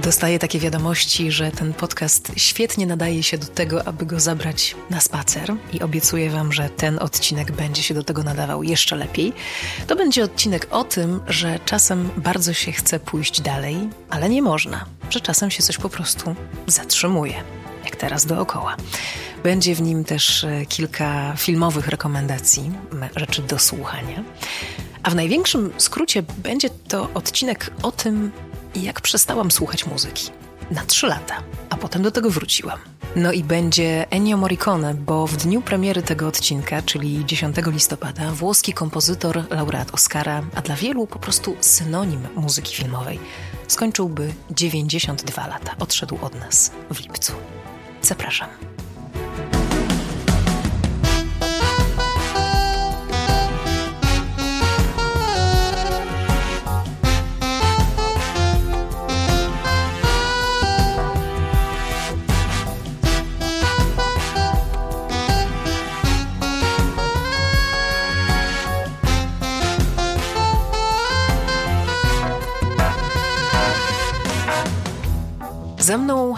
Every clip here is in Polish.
Dostaję takie wiadomości, że ten podcast świetnie nadaje się do tego, aby go zabrać na spacer i obiecuję Wam, że ten odcinek będzie się do tego nadawał jeszcze lepiej. To będzie odcinek o tym, że czasem bardzo się chce pójść dalej, ale nie można, że czasem się coś po prostu zatrzymuje, jak teraz dookoła. Będzie w nim też kilka filmowych rekomendacji, rzeczy do słuchania. A w największym skrócie będzie to odcinek o tym, jak przestałam słuchać muzyki. Na 3 lata, a potem do tego wróciłam. No i będzie Ennio Morricone, bo w dniu premiery tego odcinka, czyli 10 listopada, włoski kompozytor, laureat Oscara, a dla wielu po prostu synonim muzyki filmowej, skończyłby 92 lata. Odszedł od nas w lipcu. Zapraszam. Za mną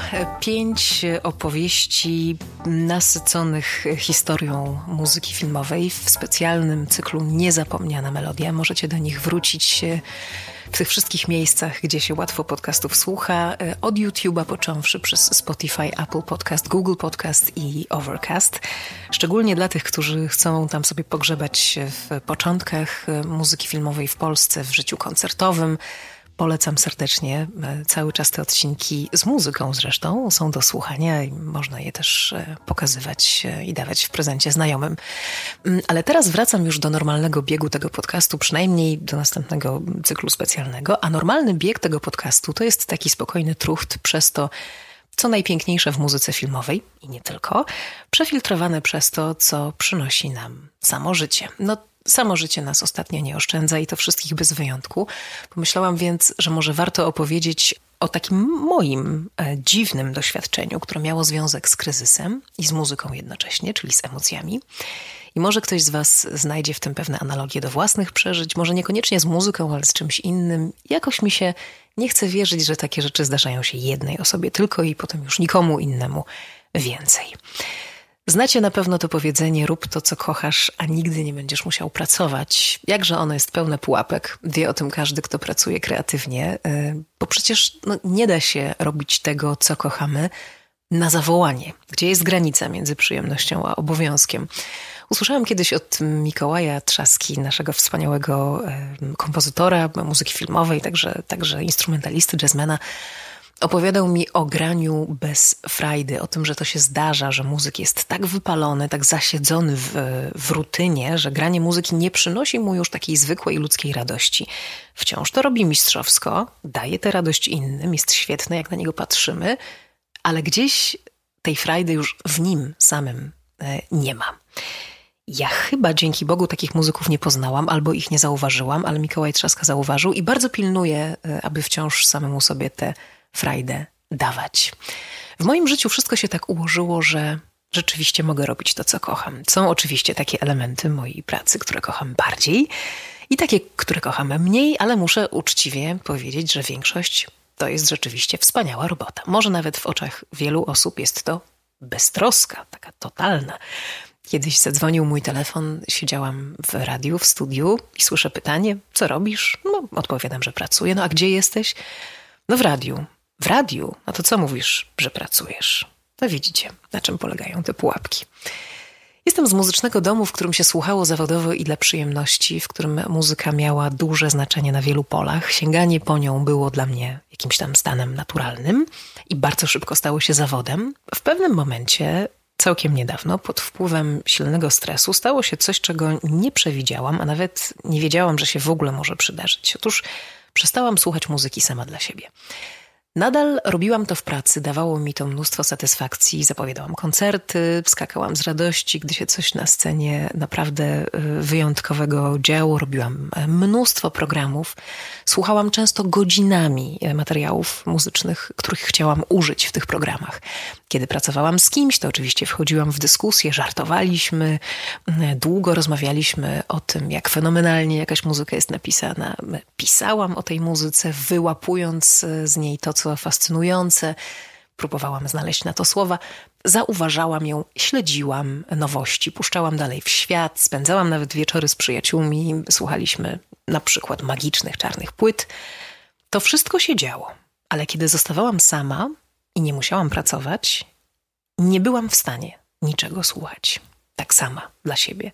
5 opowieści nasyconych historią muzyki filmowej w specjalnym cyklu Niezapomniana Melodia. Możecie do nich wrócić się w tych wszystkich miejscach, gdzie się łatwo podcastów słucha, od YouTube'a począwszy przez Spotify, Apple Podcast, Google Podcast i Overcast. Szczególnie dla tych, którzy chcą tam sobie pogrzebać w początkach muzyki filmowej w Polsce, w życiu koncertowym. Polecam serdecznie. Cały czas te odcinki z muzyką zresztą są do słuchania i można je też pokazywać i dawać w prezencie znajomym. Ale teraz wracam już do normalnego biegu tego podcastu, przynajmniej do następnego cyklu specjalnego. A normalny bieg tego podcastu to jest taki spokojny trucht przez to, co najpiękniejsze w muzyce filmowej i nie tylko, przefiltrowane przez to, co przynosi nam samo życie. Samo życie nas ostatnio nie oszczędza i to wszystkich bez wyjątku. Pomyślałam więc, że może warto opowiedzieć o takim moim dziwnym doświadczeniu, które miało związek z kryzysem i z muzyką jednocześnie, czyli z emocjami. I może ktoś z Was znajdzie w tym pewne analogie do własnych przeżyć, może niekoniecznie z muzyką, ale z czymś innym. Jakoś mi się nie chce wierzyć, że takie rzeczy zdarzają się jednej osobie tylko i potem już nikomu innemu więcej. Znacie na pewno to powiedzenie: rób to, co kochasz, a nigdy nie będziesz musiał pracować. Jakże ono jest pełne pułapek. Wie o tym każdy, kto pracuje kreatywnie, bo przecież nie da się robić tego, co kochamy, na zawołanie. Gdzie jest granica między przyjemnością a obowiązkiem? Usłyszałam kiedyś od Mikołaja Trzaski, naszego wspaniałego kompozytora muzyki filmowej, także instrumentalisty, jazzmana. Opowiadał mi o graniu bez frajdy, o tym, że to się zdarza, że muzyk jest tak wypalony, tak zasiedzony w rutynie, że granie muzyki nie przynosi mu już takiej zwykłej ludzkiej radości. Wciąż to robi mistrzowsko, daje tę radość innym, jest świetne, jak na niego patrzymy, ale gdzieś tej frajdy już w nim samym nie ma. Ja chyba dzięki Bogu takich muzyków nie poznałam albo ich nie zauważyłam, ale Mikołaj Trzaska zauważył i bardzo pilnuje, aby wciąż samemu sobie tę frajdę dawać. W moim życiu wszystko się tak ułożyło, że rzeczywiście mogę robić to, co kocham. Są oczywiście takie elementy mojej pracy, które kocham bardziej i takie, które kocham mniej, ale muszę uczciwie powiedzieć, że większość to jest rzeczywiście wspaniała robota. Może nawet w oczach wielu osób jest to beztroska, taka totalna. Kiedyś zadzwonił mój telefon, siedziałam w radiu, w studiu i słyszę pytanie: co robisz? Odpowiadam, że pracuję. A gdzie jesteś? W radiu. W radiu? To co mówisz, że pracujesz? Widzicie, na czym polegają te pułapki. Jestem z muzycznego domu, w którym się słuchało zawodowo i dla przyjemności, w którym muzyka miała duże znaczenie na wielu polach. Sięganie po nią było dla mnie jakimś tam stanem naturalnym i bardzo szybko stało się zawodem. W pewnym momencie, całkiem niedawno, pod wpływem silnego stresu, stało się coś, czego nie przewidziałam, a nawet nie wiedziałam, że się w ogóle może przydarzyć. Otóż przestałam słuchać muzyki sama dla siebie. Nadal robiłam to w pracy, dawało mi to mnóstwo satysfakcji, zapowiadałam koncerty, skakałam z radości, gdy się coś na scenie naprawdę wyjątkowego działo. Robiłam mnóstwo programów, słuchałam często godzinami materiałów muzycznych, których chciałam użyć w tych programach. Kiedy pracowałam z kimś, to oczywiście wchodziłam w dyskusję, żartowaliśmy, długo rozmawialiśmy o tym, jak fenomenalnie jakaś muzyka jest napisana. Pisałam o tej muzyce, wyłapując z niej to, co bardzo fascynujące. Próbowałam znaleźć na to słowa. Zauważałam ją, śledziłam nowości, puszczałam dalej w świat, spędzałam nawet wieczory z przyjaciółmi, słuchaliśmy na przykład magicznych czarnych płyt. To wszystko się działo, ale kiedy zostawałam sama i nie musiałam pracować, nie byłam w stanie niczego słuchać. Tak sama, dla siebie.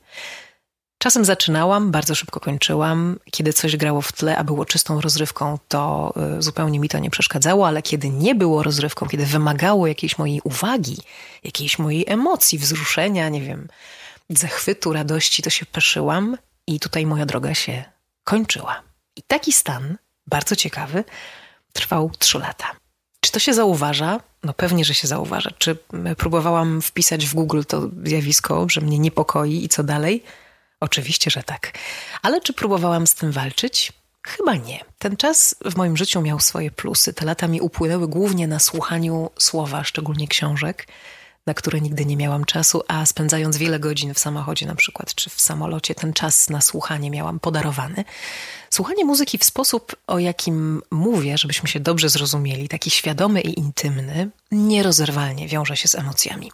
Czasem zaczynałam, bardzo szybko kończyłam. Kiedy coś grało w tle, a było czystą rozrywką, to zupełnie mi to nie przeszkadzało, ale kiedy nie było rozrywką, kiedy wymagało jakiejś mojej uwagi, jakiejś mojej emocji, wzruszenia, nie wiem, zachwytu, radości, to się peszyłam i tutaj moja droga się kończyła. I taki stan, bardzo ciekawy, trwał 3 lata. Czy to się zauważa? No pewnie, że się zauważa. Czy próbowałam wpisać w Google to zjawisko, że mnie niepokoi i co dalej? Oczywiście, że tak. Ale czy próbowałam z tym walczyć? Chyba nie. Ten czas w moim życiu miał swoje plusy. Te lata mi upłynęły głównie na słuchaniu słowa, szczególnie książek, na które nigdy nie miałam czasu, a spędzając wiele godzin w samochodzie na przykład, czy w samolocie, ten czas na słuchanie miałam podarowany. Słuchanie muzyki w sposób, o jakim mówię, żebyśmy się dobrze zrozumieli, taki świadomy i intymny, nierozerwalnie wiąże się z emocjami.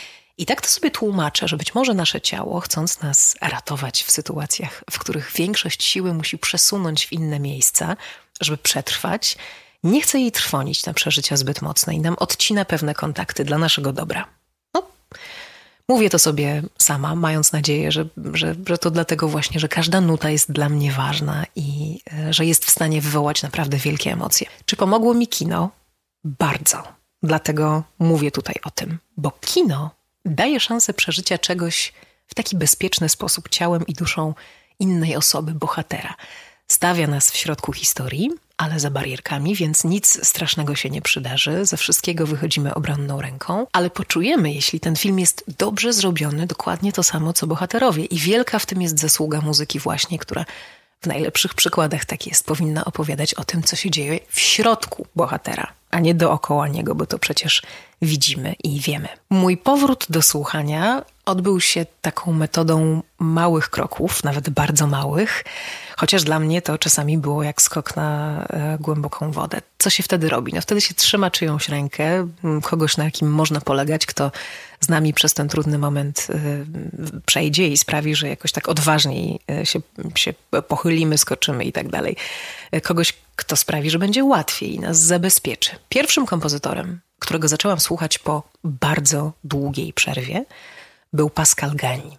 I tak to sobie tłumaczę, że być może nasze ciało, chcąc nas ratować w sytuacjach, w których większość siły musi przesunąć w inne miejsca, żeby przetrwać, nie chce jej trwonić na przeżycia zbyt mocne i nam odcina pewne kontakty dla naszego dobra. No, mówię to sobie sama, mając nadzieję, że to dlatego właśnie, że każda nuta jest dla mnie ważna i że jest w stanie wywołać naprawdę wielkie emocje. Czy pomogło mi kino? Bardzo. Dlatego mówię tutaj o tym, bo kino daje szansę przeżycia czegoś w taki bezpieczny sposób ciałem i duszą innej osoby, bohatera. Stawia nas w środku historii, ale za barierkami, więc nic strasznego się nie przydarzy. Ze wszystkiego wychodzimy obronną ręką, ale poczujemy, jeśli ten film jest dobrze zrobiony, dokładnie to samo, co bohaterowie. I wielka w tym jest zasługa muzyki właśnie, która w najlepszych przykładach tak jest. Powinna opowiadać o tym, co się dzieje w środku bohatera, a nie dookoła niego, bo to przecież widzimy i wiemy. Mój powrót do słuchania odbył się taką metodą małych kroków, nawet bardzo małych, chociaż dla mnie to czasami było jak skok na głęboką wodę. Co się wtedy robi? No wtedy się trzyma czyjąś rękę, kogoś, na kim można polegać, kto z nami przez ten trudny moment przejdzie i sprawi, że jakoś tak odważniej się pochylimy, skoczymy i tak dalej. Kogoś, kto sprawi, że będzie łatwiej i nas zabezpieczy. Pierwszym kompozytorem, którego zaczęłam słuchać po bardzo długiej przerwie, był Pascal Gagny.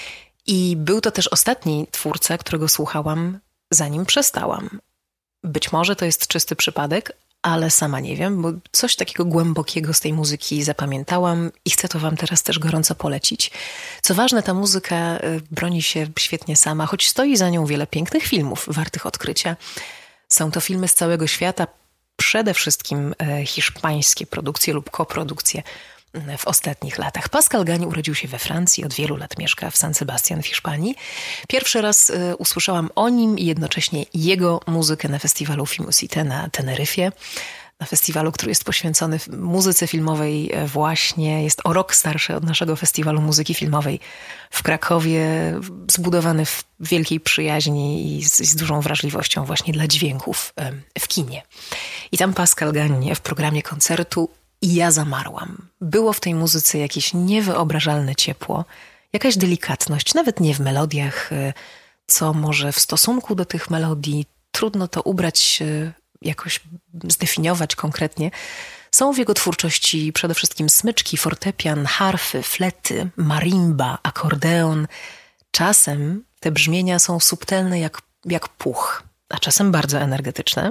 I był to też ostatni twórca, którego słuchałam, zanim przestałam. Być może to jest czysty przypadek, ale sama nie wiem, bo coś takiego głębokiego z tej muzyki zapamiętałam i chcę to wam teraz też gorąco polecić. Co ważne, ta muzyka broni się świetnie sama, choć stoi za nią wiele pięknych filmów wartych odkrycia. Są to filmy z całego świata, przede wszystkim hiszpańskie produkcje lub koprodukcje w ostatnich latach. Pascal Gagny urodził się we Francji, od wielu lat mieszka w San Sebastian w Hiszpanii. Pierwszy raz usłyszałam o nim i jednocześnie jego muzykę na festiwalu Filmusité na Teneryfie. Na festiwalu, który jest poświęcony muzyce filmowej właśnie. Jest o rok starszy od naszego festiwalu muzyki filmowej w Krakowie. Zbudowany w wielkiej przyjaźni i z dużą wrażliwością właśnie dla dźwięków w kinie. I tam Pascal Gagny w programie koncertu i ja zamarłam. Było w tej muzyce jakieś niewyobrażalne ciepło, jakaś delikatność, nawet nie w melodiach, co może w stosunku do tych melodii trudno to ubrać, jakoś zdefiniować konkretnie. Są w jego twórczości przede wszystkim smyczki, fortepian, harfy, flety, marimba, akordeon. Czasem te brzmienia są subtelne jak puch, a czasem bardzo energetyczne.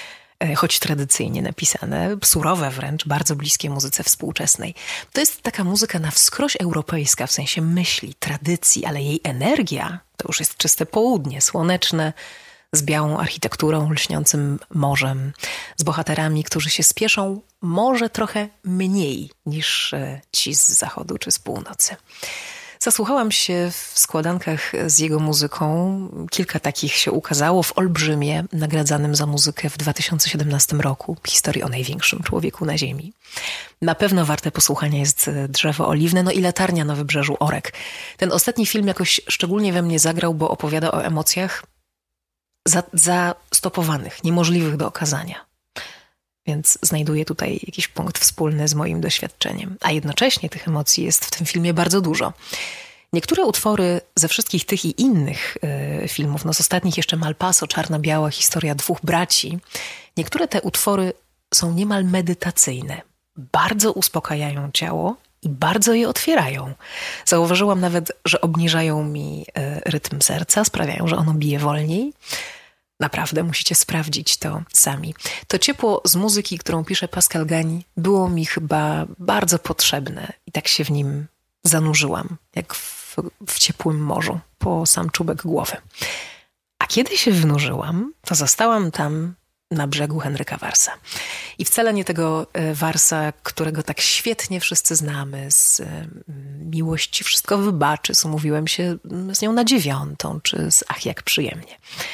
Choć tradycyjnie napisane, surowe wręcz, bardzo bliskie muzyce współczesnej. To jest taka muzyka na wskroś europejska, w sensie myśli, tradycji, ale jej energia to już jest czyste południe, słoneczne, z białą architekturą, lśniącym morzem, z bohaterami, którzy się spieszą może trochę mniej niż ci z zachodu czy z północy. Zasłuchałam się w składankach z jego muzyką. Kilka takich się ukazało w Olbrzymie, nagradzanym za muzykę w 2017 roku. Historii o największym człowieku na ziemi. Na pewno warte posłuchania jest Drzewo oliwne, no i Latarnia na wybrzeżu Orek. Ten ostatni film jakoś szczególnie we mnie zagrał, bo opowiada o emocjach zastopowanych, niemożliwych do okazania. więc znajduję tutaj jakiś punkt wspólny z moim doświadczeniem. A jednocześnie tych emocji jest w tym filmie bardzo dużo. Niektóre utwory ze wszystkich tych i innych filmów, no z ostatnich jeszcze Malpaso, czarno-biała historia dwóch braci, niektóre te utwory są niemal medytacyjne. Bardzo uspokajają ciało i bardzo je otwierają. Zauważyłam nawet, że obniżają mi rytm serca, sprawiają, że ono bije wolniej. Naprawdę musicie sprawdzić to sami. To ciepło z muzyki, którą pisze Pascal Gagny, było mi chyba bardzo potrzebne i tak się w nim zanurzyłam, jak w ciepłym morzu, po sam czubek głowy. A kiedy się wnurzyłam, to zastałam tam na brzegu Henryka Warsa. I wcale nie tego Warsa, którego tak świetnie wszyscy znamy, z Miłości wszystko wybaczy, z Umówiłem się z nią na 9, czy z Ach, jak przyjemnie.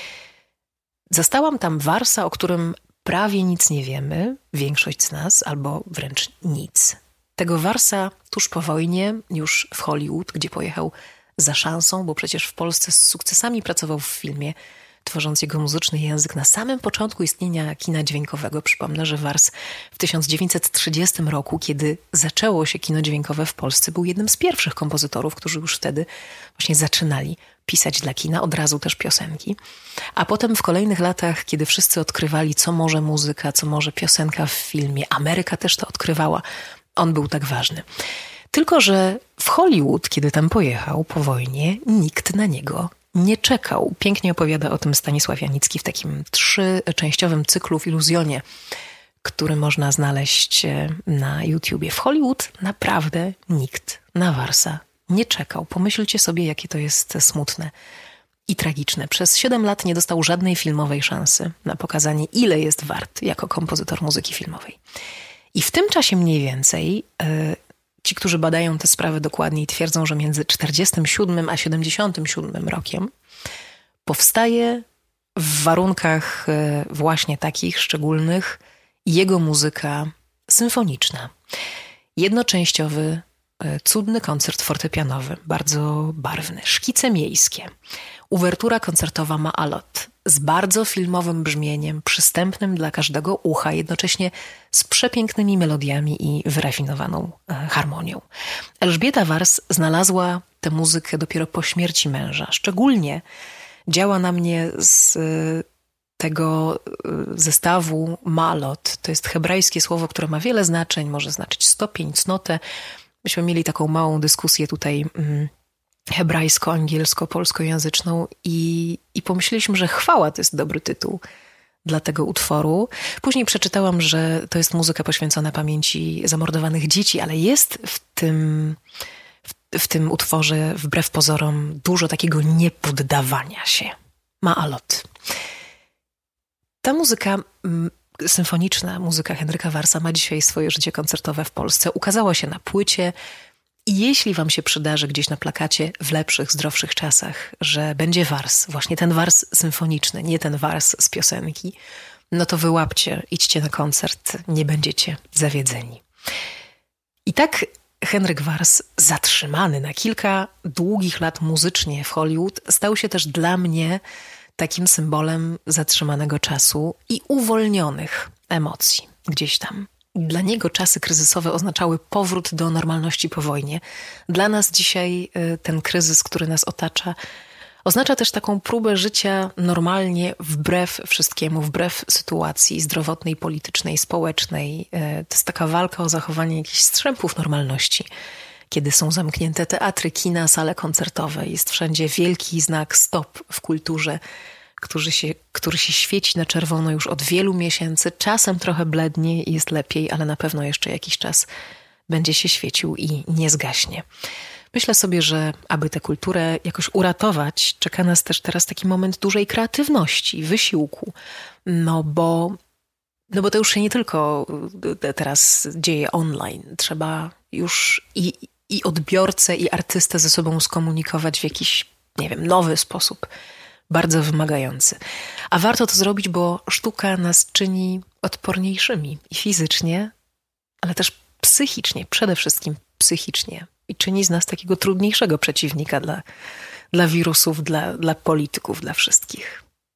Zastałam tam Warsa, o którym prawie nic nie wiemy, większość z nas, albo wręcz nic. Tego Warsa tuż po wojnie, już w Hollywood, gdzie pojechał za szansą, bo przecież w Polsce z sukcesami pracował w filmie, tworząc jego muzyczny język na samym początku istnienia kina dźwiękowego. Przypomnę, że Wars w 1930 roku, kiedy zaczęło się kino dźwiękowe w Polsce, był jednym z pierwszych kompozytorów, którzy już wtedy właśnie zaczynali pisać dla kina, od razu też piosenki. A potem w kolejnych latach, kiedy wszyscy odkrywali, co może muzyka, co może piosenka w filmie, Ameryka też to odkrywała, on był tak ważny. Tylko że w Hollywood, kiedy tam pojechał po wojnie, nikt na niego nie czekał. Pięknie opowiada o tym Stanisław Janicki w takim 3-częściowym cyklu w Iluzjonie, który można znaleźć na YouTubie. W Hollywood naprawdę nikt na Warsa nie czekał. Pomyślcie sobie, jakie to jest smutne i tragiczne. Przez 7 lat nie dostał żadnej filmowej szansy na pokazanie, ile jest wart jako kompozytor muzyki filmowej. I w tym czasie mniej więcej ci, którzy badają te sprawy dokładniej, twierdzą, że między 47 a 77 rokiem powstaje w warunkach właśnie takich szczególnych jego muzyka symfoniczna. Jednoczęściowy, cudny koncert fortepianowy, bardzo barwny, szkice miejskie, uwertura koncertowa Maalot z bardzo filmowym brzmieniem, przystępnym dla każdego ucha, jednocześnie z przepięknymi melodiami i wyrafinowaną harmonią. Elżbieta Wars znalazła tę muzykę dopiero po śmierci męża. Szczególnie działa na mnie z tego zestawu Maalot. To jest hebrajskie słowo, które ma wiele znaczeń, może znaczyć stopień, cnotę. Myśmy mieli taką małą dyskusję tutaj hebrajsko-angielsko-polskojęzyczną i pomyśleliśmy, że Chwała to jest dobry tytuł dla tego utworu. Później przeczytałam, że to jest muzyka poświęcona pamięci zamordowanych dzieci, ale jest w tym utworze, wbrew pozorom, dużo takiego niepoddawania się. Maalot. Ta muzyka symfoniczna, muzyka Henryka Warsa ma dzisiaj swoje życie koncertowe w Polsce. Ukazała się na płycie i jeśli wam się przydarzy gdzieś na plakacie w lepszych, zdrowszych czasach, że będzie Wars, właśnie ten Wars symfoniczny, nie ten Wars z piosenki, no to wyłapcie, idźcie na koncert, nie będziecie zawiedzeni. I tak Henryk Wars, zatrzymany na kilka długich lat muzycznie w Hollywood, stał się też dla mnie takim symbolem zatrzymanego czasu i uwolnionych emocji gdzieś tam. Dla niego czasy kryzysowe oznaczały powrót do normalności po wojnie. Dla nas dzisiaj ten kryzys, który nas otacza, oznacza też taką próbę życia normalnie, wbrew wszystkiemu, wbrew sytuacji zdrowotnej, politycznej, społecznej. To jest taka walka o zachowanie jakichś strzępów normalności. Kiedy są zamknięte teatry, kina, sale koncertowe, jest wszędzie wielki znak stop w kulturze, który się świeci na czerwono już od wielu miesięcy. Czasem trochę blednie i jest lepiej, ale na pewno jeszcze jakiś czas będzie się świecił i nie zgaśnie. Myślę sobie, że aby tę kulturę jakoś uratować, czeka nas też teraz taki moment dużej kreatywności, wysiłku. No bo to już się nie tylko teraz dzieje online. Trzeba już i odbiorcę, i artystę ze sobą skomunikować w jakiś, nie wiem, nowy sposób, bardzo wymagający. A warto to zrobić, bo sztuka nas czyni odporniejszymi i fizycznie, ale też psychicznie, przede wszystkim psychicznie. I czyni z nas takiego trudniejszego przeciwnika dla wirusów, dla polityków, dla wszystkich.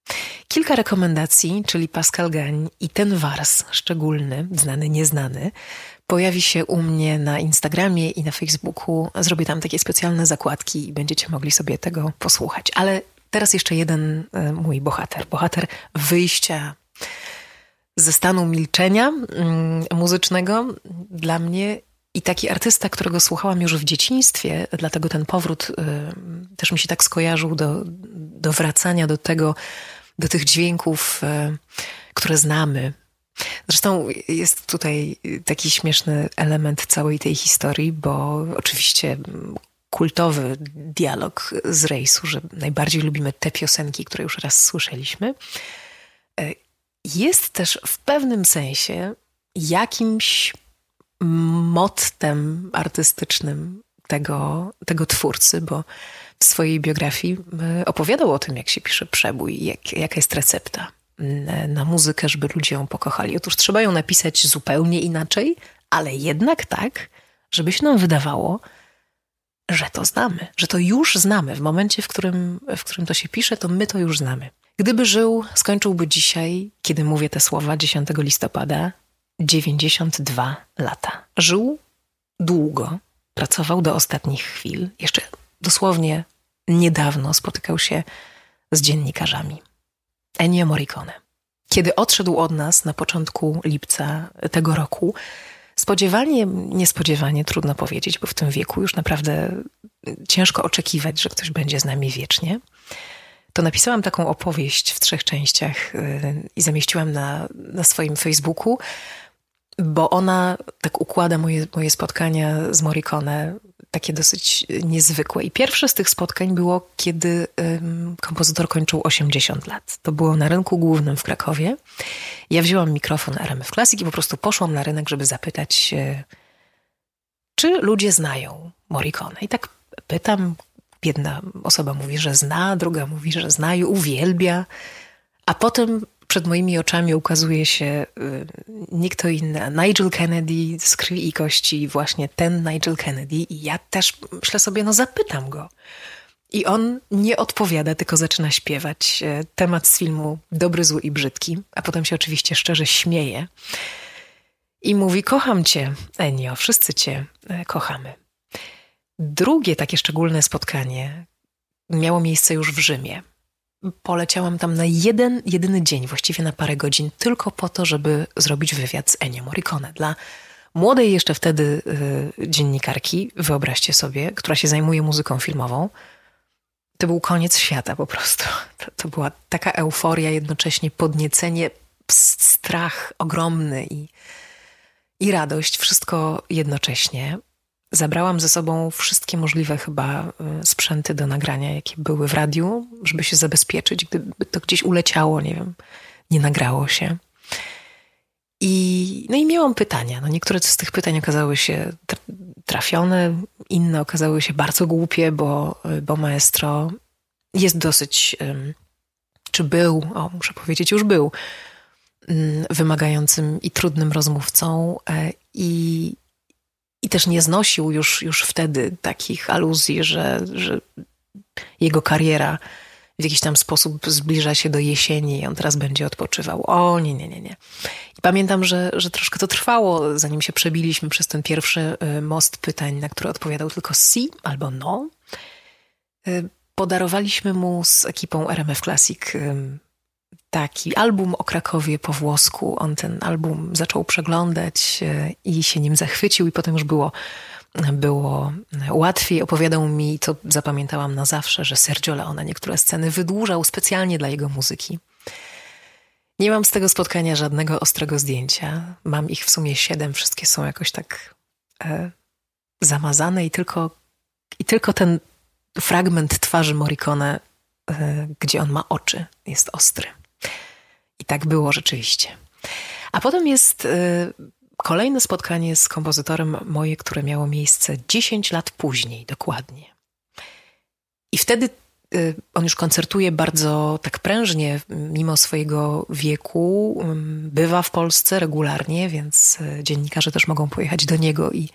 Kilka rekomendacji, czyli Pascal Gagne i ten wars szczególny, znany, nieznany, pojawi się u mnie na Instagramie i na Facebooku. Zrobię tam takie specjalne zakładki i będziecie mogli sobie tego posłuchać. Ale teraz jeszcze jeden mój bohater wyjścia ze stanu milczenia muzycznego dla mnie i taki artysta, którego słuchałam już w dzieciństwie, dlatego ten powrót też mi się tak skojarzył do wracania do tych dźwięków, które znamy. Zresztą jest tutaj taki śmieszny element całej tej historii, bo oczywiście kultowy dialog z rejsu, że najbardziej lubimy te piosenki, które już raz słyszeliśmy, jest też w pewnym sensie jakimś mottem artystycznym tego twórcy, bo w swojej biografii opowiadał o tym, jak się pisze przebój, jaka jest recepta na muzykę, żeby ludzie ją pokochali. Otóż trzeba ją napisać zupełnie inaczej, ale jednak tak, żeby się nam wydawało, że to znamy, że to już znamy. W momencie, w którym to się pisze, to my to już znamy. Gdyby żył, skończyłby dzisiaj, kiedy mówię te słowa, 10 listopada, 92 lata. Żył długo, pracował do ostatnich chwil. Jeszcze dosłownie niedawno spotykał się z dziennikarzami. Ennio Morricone. Kiedy odszedł od nas na początku lipca tego roku, niespodziewanie, trudno powiedzieć, bo w tym wieku już naprawdę ciężko oczekiwać, że ktoś będzie z nami wiecznie, to napisałam taką opowieść w 3 częściach i zamieściłam na swoim Facebooku, bo ona tak układa moje spotkania z Morricone, takie dosyć niezwykłe. I pierwsze z tych spotkań było, kiedy kompozytor kończył 80 lat. To było na rynku głównym w Krakowie. Ja wzięłam mikrofon RMF Classic i po prostu poszłam na rynek, żeby zapytać, czy ludzie znają Morricone. I tak pytam, jedna osoba mówi, że zna, druga mówi, że zna i uwielbia. A potem przed moimi oczami ukazuje się nie kto inny, Nigel Kennedy z krwi i kości, właśnie ten Nigel Kennedy. I ja też myślę sobie, zapytam go. I on nie odpowiada, tylko zaczyna śpiewać temat z filmu Dobry, zły i brzydki, a potem się oczywiście szczerze śmieje. I mówi, kocham cię, Ennio, wszyscy cię kochamy. Drugie takie szczególne spotkanie miało miejsce już w Rzymie. Poleciałam tam na jedyny dzień, właściwie na parę godzin, tylko po to, żeby zrobić wywiad z Ennio Morricone. Dla młodej jeszcze wtedy dziennikarki, wyobraźcie sobie, która się zajmuje muzyką filmową, to był koniec świata po prostu. To była taka euforia, jednocześnie podniecenie, strach ogromny i radość, wszystko jednocześnie. Zabrałam ze sobą wszystkie możliwe chyba sprzęty do nagrania, jakie były w radiu, żeby się zabezpieczyć, gdyby to gdzieś uleciało, nie wiem, nie nagrało się. I miałam pytania. Niektóre z tych pytań okazały się trafione, inne okazały się bardzo głupie, bo maestro jest dosyć, czy był, muszę powiedzieć, już był wymagającym i trudnym rozmówcą i też nie znosił już wtedy takich aluzji, że jego kariera w jakiś tam sposób zbliża się do jesieni i on teraz będzie odpoczywał. O, nie. I pamiętam, że troszkę to trwało, zanim się przebiliśmy przez ten pierwszy most pytań, na które odpowiadał tylko si albo no. Podarowaliśmy mu z ekipą RMF Classic taki album o Krakowie po włosku. On ten album zaczął przeglądać i się nim zachwycił i potem już było łatwiej. Opowiadał mi, to zapamiętałam na zawsze, że Sergio Leone niektóre sceny wydłużał specjalnie dla jego muzyki. Nie mam z tego spotkania żadnego ostrego zdjęcia. Mam ich w sumie 7. Wszystkie są jakoś tak zamazane i tylko ten fragment twarzy Morricone, gdzie on ma oczy, jest ostry. I tak było rzeczywiście. A potem jest kolejne spotkanie z kompozytorem moje, które miało miejsce 10 lat później, dokładnie. I wtedy on już koncertuje bardzo tak prężnie, mimo swojego wieku. Bywa w Polsce regularnie, więc dziennikarze też mogą pojechać do niego i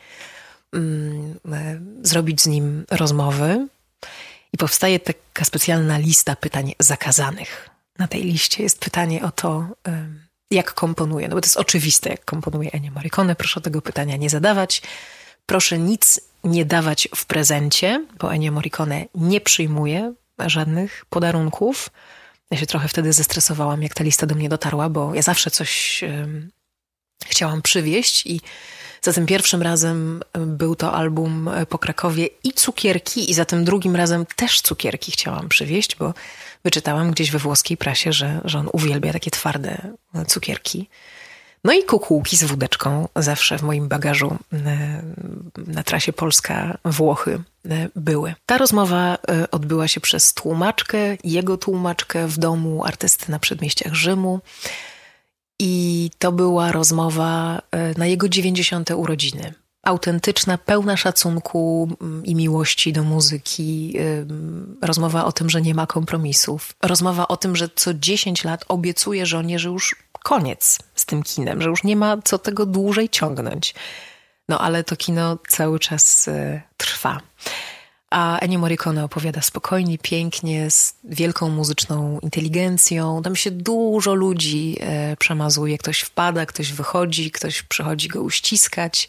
zrobić z nim rozmowy. I powstaje taka specjalna lista pytań zakazanych. na tej liście jest pytanie o to, jak komponuje. No bo to jest oczywiste, jak komponuje Ennio Morricone. Proszę tego pytania nie zadawać. Proszę nic nie dawać w prezencie, bo Ennio Morricone nie przyjmuje żadnych podarunków. Ja się trochę wtedy zestresowałam, jak ta lista do mnie dotarła, bo ja zawsze coś chciałam przywieźć i za tym pierwszym razem był to album po Krakowie i cukierki, i za tym drugim razem też cukierki chciałam przywieźć, bo wyczytałam gdzieś we włoskiej prasie, że on uwielbia takie twarde cukierki. No i kukułki z wódeczką zawsze w moim bagażu na trasie Polska-Włochy były. Ta rozmowa odbyła się przez tłumaczkę, jego tłumaczkę w domu artysty na przedmieściach Rzymu. I to była rozmowa na jego 90. urodziny. Autentyczna, pełna szacunku i miłości do muzyki. Rozmowa o tym, że nie ma kompromisów. Rozmowa o tym, że co 10 lat obiecuje żonie, że już koniec z tym kinem, że już nie ma co tego dłużej ciągnąć. No ale to kino cały czas trwa. A Ennio Morricone opowiada spokojnie, pięknie, z wielką muzyczną inteligencją. Tam się dużo ludzi przemazuje. Ktoś wpada, ktoś wychodzi, ktoś przychodzi go uściskać.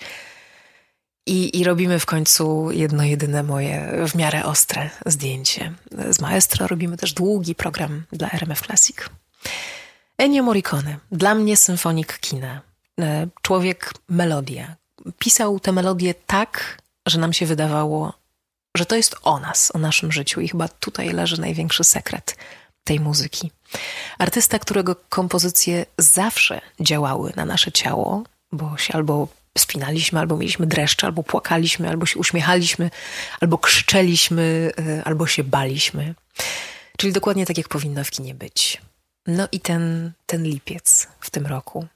I robimy w końcu jedno jedyne moje w miarę ostre zdjęcie. Z maestro robimy też długi program dla RMF Classic. Ennio Morricone, dla mnie symfonik kina. Człowiek melodia. Pisał te melodie tak, że nam się wydawało, że to jest o nas, o naszym życiu i chyba tutaj leży największy sekret tej muzyki. Artysta, którego kompozycje zawsze działały na nasze ciało, bo się albo spinaliśmy, albo mieliśmy dreszcze, albo płakaliśmy, albo się uśmiechaliśmy, albo krzyczeliśmy, albo się baliśmy. Czyli dokładnie tak, jak powinno w kinie być. No i ten lipiec w tym roku,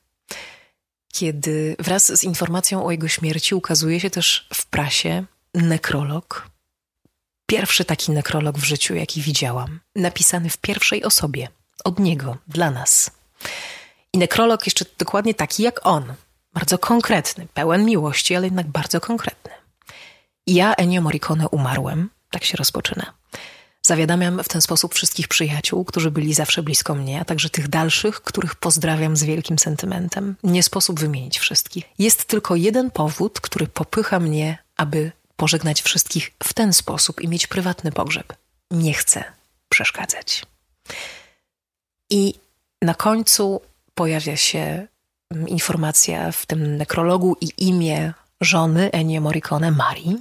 kiedy wraz z informacją o jego śmierci ukazuje się też w prasie nekrolog. Pierwszy taki nekrolog w życiu, jaki widziałam. Napisany w pierwszej osobie. Od niego, dla nas. I nekrolog jeszcze dokładnie taki jak on. Bardzo konkretny, pełen miłości, ale jednak bardzo konkretny. Ja, Ennio Morricone, umarłem. Tak się rozpoczyna. Zawiadamiam w ten sposób wszystkich przyjaciół, którzy byli zawsze blisko mnie, a także tych dalszych, których pozdrawiam z wielkim sentymentem. Nie sposób wymienić wszystkich. Jest tylko jeden powód, który popycha mnie, aby pożegnać wszystkich w ten sposób i mieć prywatny pogrzeb. Nie chcę przeszkadzać. I na końcu pojawia się informacja w tym nekrologu i imię żony Ennio Morricone, Marii.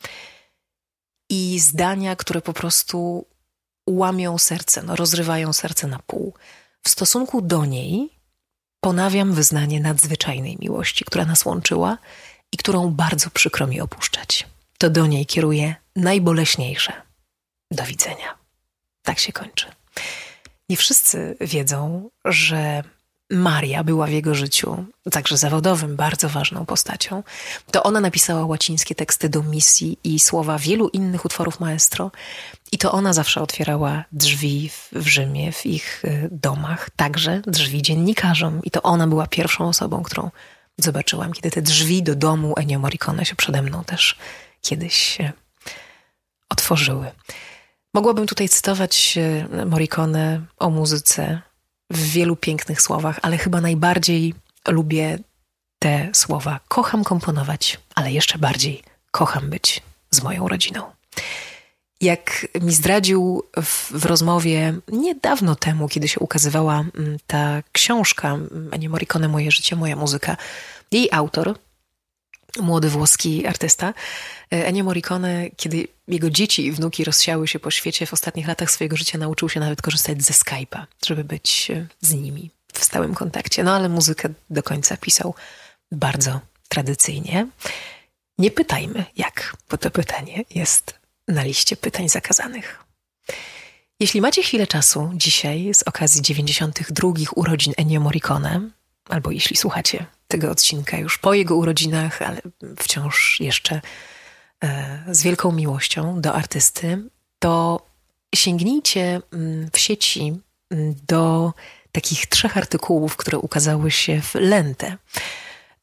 I zdania, które po prostu łamią serce, rozrywają serce na pół. W stosunku do niej ponawiam wyznanie nadzwyczajnej miłości, która nas łączyła i którą bardzo przykro mi opuszczać. To do niej kieruję najboleśniejsze. Do widzenia. Tak się kończy. Nie wszyscy wiedzą, że Maria była w jego życiu, także zawodowym, bardzo ważną postacią. To ona napisała łacińskie teksty do misji i słowa wielu innych utworów maestro. I to ona zawsze otwierała drzwi w Rzymie, w ich domach, także drzwi dziennikarzom. I to ona była pierwszą osobą, którą zobaczyłam, kiedy te drzwi do domu Ennio Morricone się przede mną też kiedyś się otworzyły. Mogłabym tutaj cytować Morricone o muzyce w wielu pięknych słowach, ale chyba najbardziej lubię te słowa. Kocham komponować, ale jeszcze bardziej kocham być z moją rodziną. Jak mi zdradził w rozmowie niedawno temu, kiedy się ukazywała ta książka Ennio Morricone, Moje życie, moja muzyka, jej autor, młody włoski artysta, Ennio Morricone, kiedy jego dzieci i wnuki rozsiały się po świecie, w ostatnich latach swojego życia nauczył się nawet korzystać ze Skype'a, żeby być z nimi w stałym kontakcie. No ale muzykę do końca pisał bardzo tradycyjnie. Nie pytajmy jak, bo to pytanie jest na liście pytań zakazanych. Jeśli macie chwilę czasu dzisiaj z okazji 92. urodzin Ennio Morricone, albo jeśli słuchacie tego odcinka już po jego urodzinach, ale wciąż jeszcze z wielką miłością do artysty, to sięgnijcie w sieci do takich 3 artykułów, które ukazały się w Lente.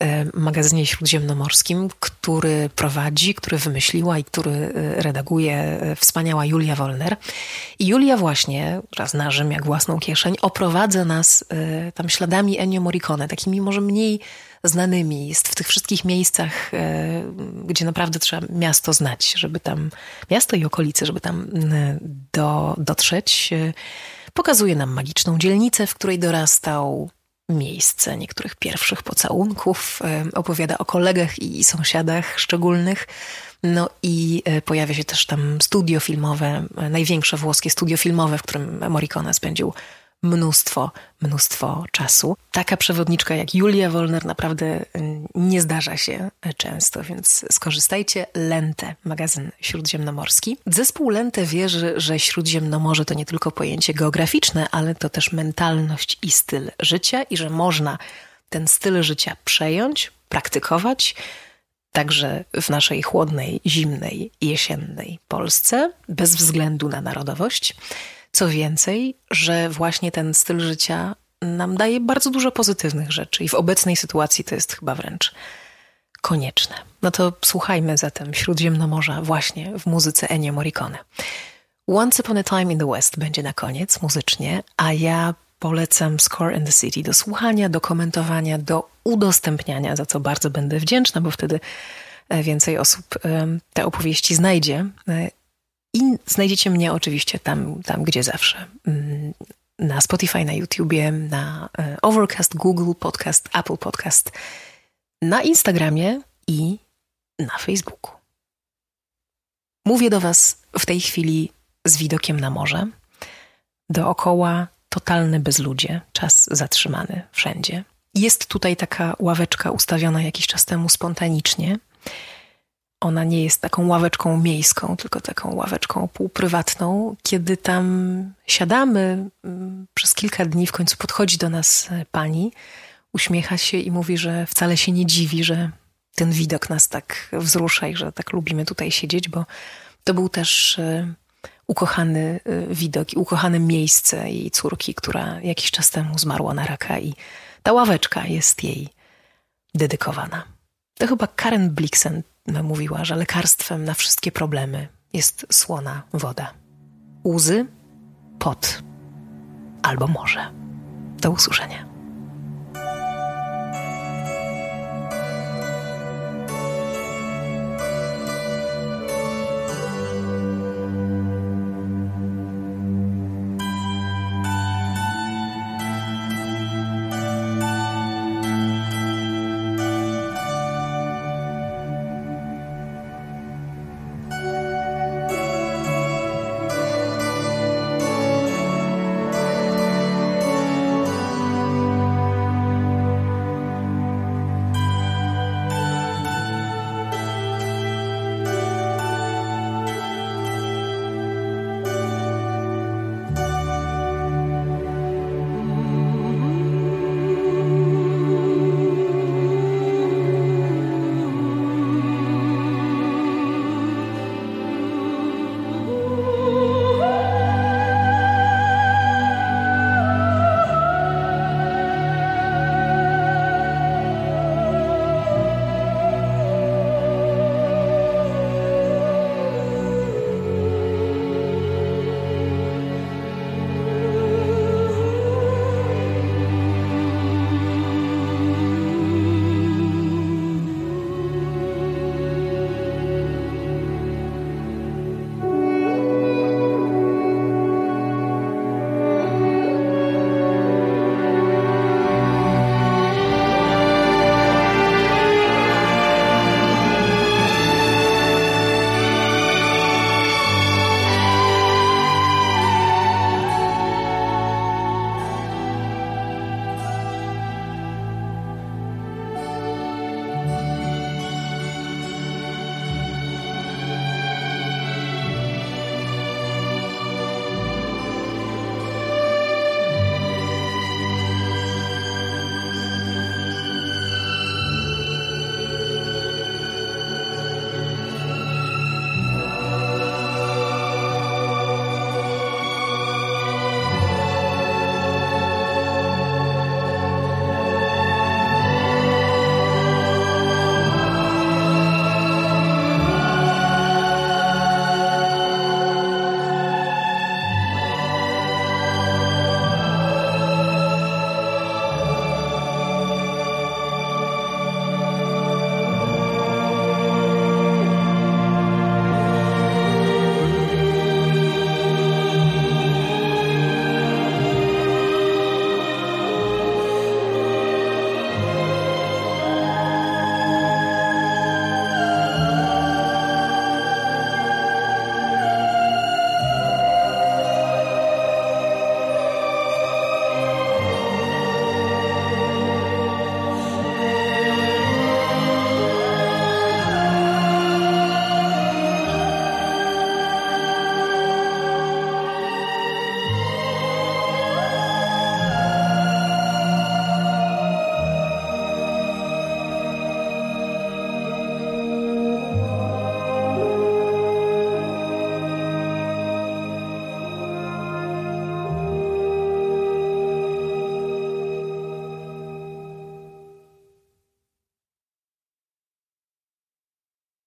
magazynie śródziemnomorskim, który prowadzi, który wymyśliła i który redaguje wspaniała Julia Wolner. I Julia właśnie, raz na Rzym jak własną kieszeń, oprowadza nas tam śladami Ennio Morricone, takimi może mniej znanymi. Jest w tych wszystkich miejscach, gdzie naprawdę trzeba miasto znać, żeby tam, miasto i okolice, żeby tam dotrzeć. Pokazuje nam magiczną dzielnicę, w której dorastał, miejsce niektórych pierwszych pocałunków, opowiada o kolegach i sąsiadach szczególnych. No i pojawia się też tam studio filmowe, największe włoskie studio filmowe, w którym Morricone spędził mnóstwo czasu. Taka przewodniczka jak Julia Wolner naprawdę nie zdarza się często, więc skorzystajcie. Lente, magazyn śródziemnomorski. Zespół Lente wierzy, że Śródziemnomorze to nie tylko pojęcie geograficzne, ale to też mentalność i styl życia i że można ten styl życia przejąć, praktykować, także w naszej chłodnej, zimnej, jesiennej Polsce, bez względu na narodowość. Co więcej, że właśnie ten styl życia nam daje bardzo dużo pozytywnych rzeczy i w obecnej sytuacji to jest chyba wręcz konieczne. No to słuchajmy zatem Śródziemnomorza właśnie w muzyce Ennio Morricone. Once Upon a Time in the West będzie na koniec muzycznie, a ja polecam Score and the City do słuchania, do komentowania, do udostępniania, za co bardzo będę wdzięczna, bo wtedy więcej osób te opowieści znajdzie. I znajdziecie mnie oczywiście tam gdzie zawsze. Na Spotify, na YouTubie, na Overcast, Google Podcast, Apple Podcast, na Instagramie i na Facebooku. Mówię do Was w tej chwili z widokiem na morze. Dookoła totalne bezludzie, czas zatrzymany wszędzie. Jest tutaj taka ławeczka ustawiona jakiś czas temu spontanicznie. Ona nie jest taką ławeczką miejską, tylko taką ławeczką półprywatną. Kiedy tam siadamy przez kilka dni, w końcu podchodzi do nas pani, uśmiecha się i mówi, że wcale się nie dziwi, że ten widok nas tak wzrusza i że tak lubimy tutaj siedzieć, bo to był też ukochany widok i ukochane miejsce jej córki, która jakiś czas temu zmarła na raka i ta ławeczka jest jej dedykowana. To chyba Karen Blixen mówiła, że lekarstwem na wszystkie problemy jest słona woda. Łzy, pot albo morze. Do usłyszenia.